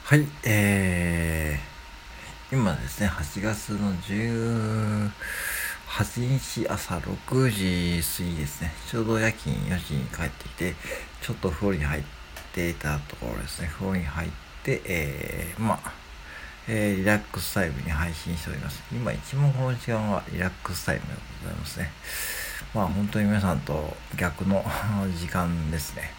はい、今ですね、8月の18日朝6時過ぎですね、ちょうど夜勤4時に帰ってきて、ちょっと風呂に入っていたところですね、風呂に入って、リラックスタイムに配信しております。今一番この時間はリラックスタイムでございますね。本当に皆さんと逆の時間ですね。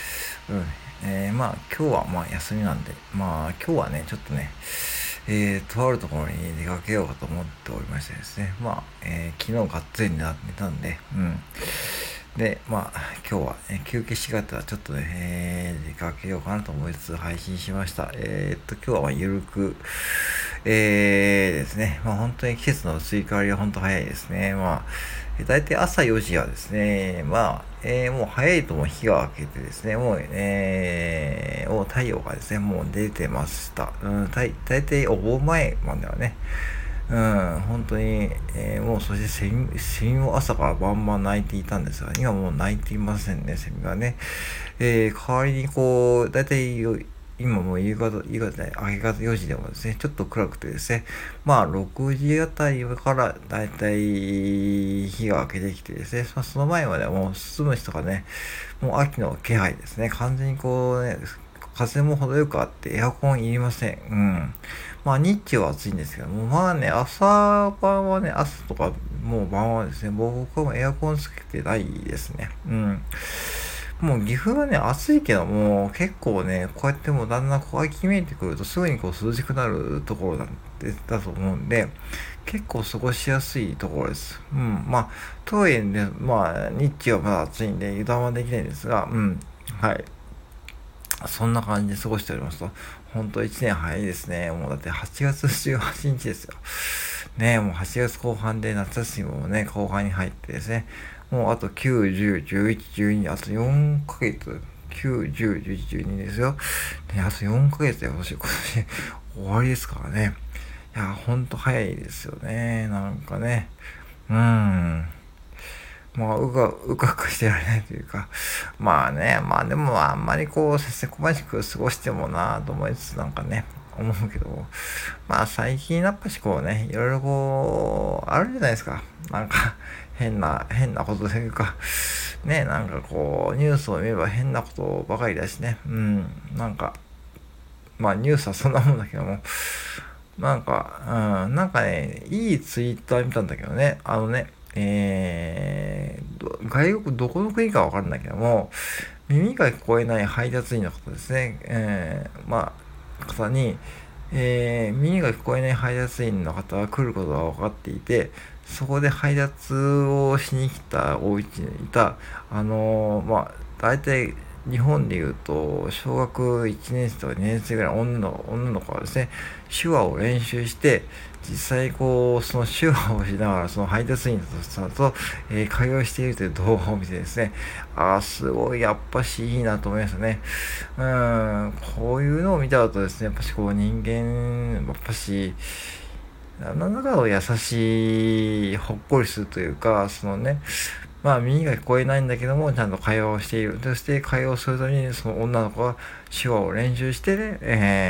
今日は休みなんで、今日はね、ちょっとね、とあるところに出かけようかと思っておりましてですね、昨日がっつり寝たんで、で、今日は、休憩しがてらちょっとね、出かけようかなと思いつつ配信しました。今日はゆるく、ですね、本当に季節の移り変わりは本当早いですね。だいたい朝4時はですね、もう早いともう日が明けてですね、もう太陽がですね、もう出てました。だいたいお盆前まではね、本当に、もうそしてセミも朝からバンバン鳴いていたんですが、今もう鳴いていませんね、セミがね。代わりにだいたい今もう夕方で、明け方4時でもですね、ちょっと暗くてですね、6時あたりからだいたい日が明けてきてですね、その前まではもう住む人がね、もう秋の気配ですね、完全に風も程よくあってエアコンいりません。日中は暑いんですけども、朝晩はね、朝とかもう晩はですね、僕はもうエアコンつけてないですね。もう岐阜はね、暑いけども、結構ね、こうやってもうだんだん秋めいてくるとすぐに涼しくなるところだと思うんで、結構過ごしやすいところです。とはいえね、日中はまだ暑いんで油断はできないんですが、はい。そんな感じで過ごしておりますと、本当1年早いですね。もうだって8月18日ですよ。ねもう8月後半で夏休みもね、後半に入ってですね、もうあと9、10、11、12、あと4ヶ月、9、10、11、12ですよ。あと4ヶ月で今年終わりですからね。いや、ほんと早いですよね。なんかね。うーん。うかうかしてられないというか、でもあんまりせせこましく過ごしてもなぁと思いつつなんかね、思うけど、最近やっぱしいろいろあるじゃないですか。なんか、変なことというか、ニュースを見れば変なことばかりだしね、ニュースはそんなもんだけども、いいツイッター見たんだけどね、外国、どこの国かわかんないけども、耳が聞こえない配達員の方ですね、方に、耳が聞こえない配達員の方が来ることが分かっていて、そこで配達をしに来たお家にいた、大体日本でいうと、小学1年生とか2年生ぐらいの女の子はですね、手話を練習して、実際その手話をしながら、その配達員さんと、会話しているという動画を見てですね、すごい、やっぱしいいなと思いましたね。こういうのを見た後ですね、やっぱし人間、やっぱし、何らかの優しい、ほっこりするというか、耳が聞こえないんだけども、ちゃんと会話をしている。そして会話をするために、その女の子は手話を練習してね、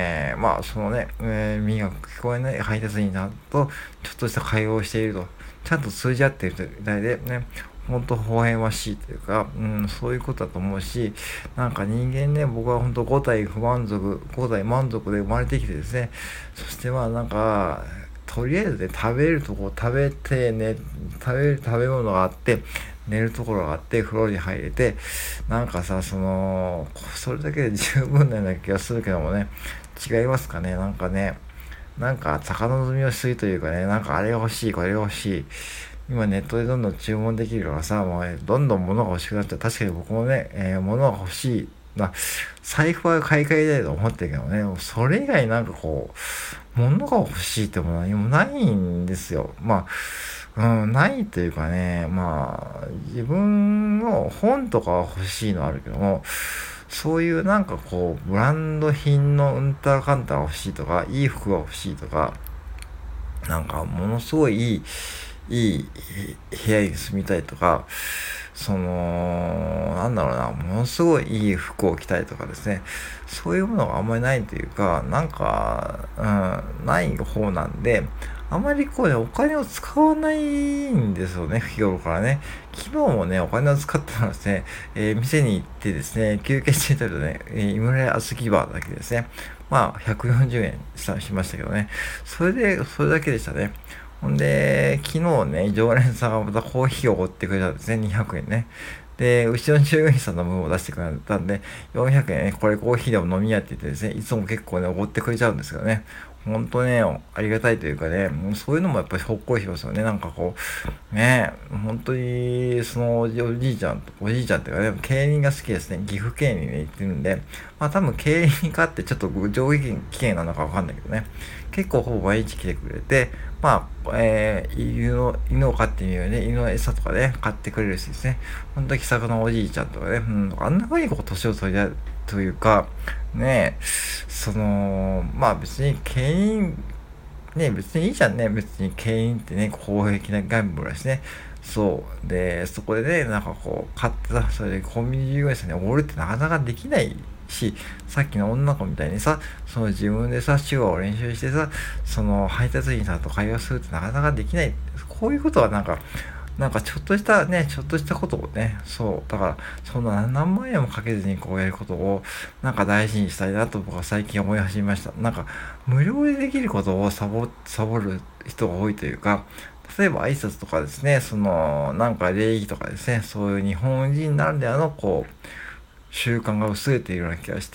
耳が聞こえない配達員さんと、ちょっとした会話をしていると。ちゃんと通じ合っているみたいで、ね、本当微笑ましいというか、そういうことだと思うし、人間ね、僕は本当五体満足で生まれてきてですね、そしてとりあえずね、食べるとこ食べてね、食べる食べ物があって、寝るところがあって、風呂に入れて、それだけで十分なような気がするけどもね、違いますかね、魚のみをしすぎというかね、あれが欲しい、これが欲しい。今ネットでどんどん注文できるからさ、もうね、どんどん物が欲しくなっちゃう。確かに僕もね、物が欲しい。財布は買い替えたいと思ってるけどね、それ以外物が欲しいっても何もないんですよ。ないというかね、自分の本とかは欲しいのあるけども、そういうブランド品のうんたらかんたら欲しいとか、いい服が欲しいとか、ものすごいいいいい部屋に住みたいとか、なんだろうな、ものすごいいい服を着たいとかですね、そういうものがあんまりないというか、ない方なんで、あまりこうね、お金を使わないんですよね、日頃からね。昨日もね、お金を使ったのはですね、店に行ってですね、休憩していたらね、井村小豆バーだけですね、まあ、140円しましたけどね、それだけでしたね。ほんで、昨日ね、常連さんがまたコーヒーをおごってくれたんですね、200円ね。で、うちの従業員さんの分を出してくれたんで、400円ね、これコーヒーでも飲みやって言ってですね、いつも結構ね、おごってくれちゃうんですけどね。ほんとね、ありがたいというかね、そういうのもやっぱりほっこりしますよね。なんかこう、ね、本当に、おじいちゃんっていうかね、競輪が好きですね。岐阜県にね、行ってるんで、まあ多分競輪に勝ってちょっと上下危険なのかわかんないけどね。結構ほぼ毎日来てくれて、まあ、犬を飼ってみるよね、犬の餌とかね、買ってくれるしですね。ほんと気さくなおじいちゃんとかね、あんな風にこう、年を取りたいというか、ねまあ別に牽引、ね、別にいいじゃんね、別に牽引ってね、公益なギャンブルだしね。そう。で、そこでね、なんかこう、買ってさ、それでコンビニ従業員さんにおごるってなかなかできないし、さっきの女の子みたいにさ、その自分でさ、手話を練習してさ、その配達員さんと会話するってなかなかできない。こういうことはなんかちょっとしたことをね、そう、だから、そんな何万円もかけずにこうやることを、なんか大事にしたいなと僕は最近思い始めました。なんか、無料でできることをサボる人が多いというか、例えば挨拶とかですね、なんか礼儀とかですね、そういう日本人ならではの、こう、習慣が薄れているような気がして、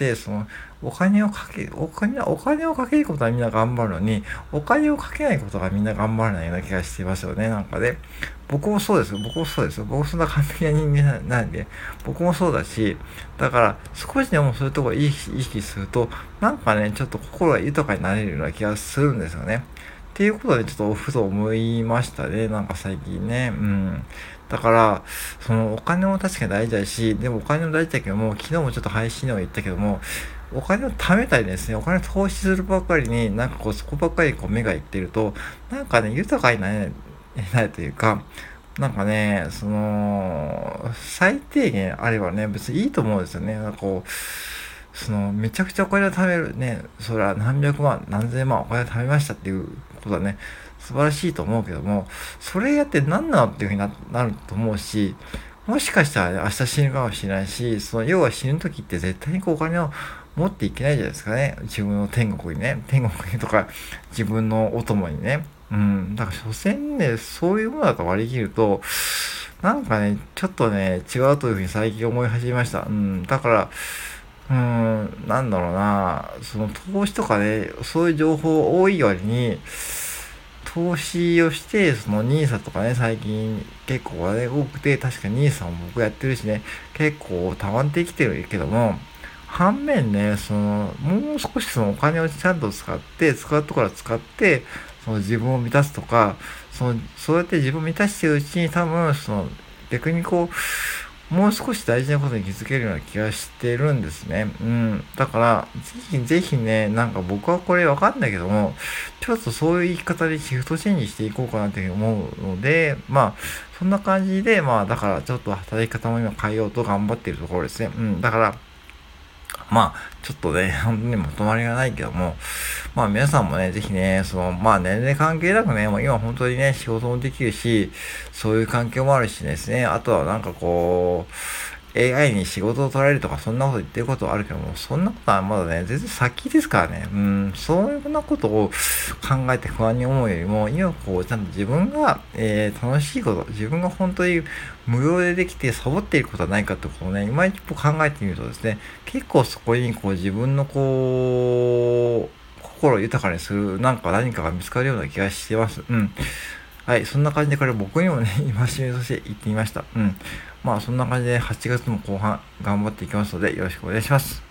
お金をかけることはみんな頑張るのに、お金をかけないことがみんな頑張らないような気がしていますよね、なんかね。僕もそうですよ。僕もそうですよ。僕そんな完璧な人間なんで、僕もそうだし、だから少しでもそういうところを意識すると、なんかね、ちょっと心が豊かになれるような気がするんですよね。っていうことでちょっとふと思いましたね。なんか最近ね。うん。だから、そのお金も確かに大事だし、でもお金も大事だけども、昨日もちょっと配信でも言ったけども、お金を貯めたりですね、お金を投資するばっかりに、なんかこう、そこばっかりこう目がいってると、なんかね、豊かになれないというか、なんかね、最低限あればね、別にいいと思うんですよね。なんかこう、めちゃくちゃお金を貯めるね、それは何百万、何千万お金を貯めましたっていうことはね、素晴らしいと思うけども、それやって何なのっていうふうになると思うし、もしかしたらね、明日死ぬかもしれないし、要は死ぬ時って絶対にこうお金を持っていけないじゃないですかね。自分の天国にとか、自分のお供にね。うん、だから所詮ね、そういうものだと割り切ると、なんかね、ちょっとね、違うというふうに最近思い始めました。うん、だから、なんだろうな、その投資とかね、そういう情報多い割に、投資をして、そのニーサとかね、最近結構ね、多くて、確かニーサも僕やってるしね、結構たまってきてるけども、反面ね、もう少しそのお金をちゃんと使うところは使って、その自分を満たすとか、そうやって自分を満たしてるうちに多分、逆にこう、もう少し大事なことに気づけるような気がしてるんですね。うん。だから、ぜひね、なんか僕はこれわかんないけども、ちょっとそういう言い方でシフトチェンジしていこうかなというふうに思うので、まあ、そんな感じで、まあ、だからちょっと働き方も今変えようと頑張っているところですね。うん。だから、まあ、ちょっとね、本当にまとまりがないけども、まあ皆さんもね、ぜひね、まあ年齢関係なくね、もう今本当にね、仕事もできるし、そういう環境もあるしですね、あとはなんかこう、AI に仕事を取られるとか、そんなこと言ってることはあるけども、そんなことはまだね、全然先ですからね。そういうふうなことを考えて不安に思うよりも、今こう、ちゃんと自分が、楽しいこと、自分が本当に無料でできてサボっていることはないかってことをね、今一歩考えてみるとですね、結構そこにこう自分のこう、心を豊かにする何かが見つかるような気がしてます。うん。はい、そんな感じでこれ僕にもね、戒めとして言ってみました。うん。まあそんな感じで8月も後半頑張っていきますのでよろしくお願いします。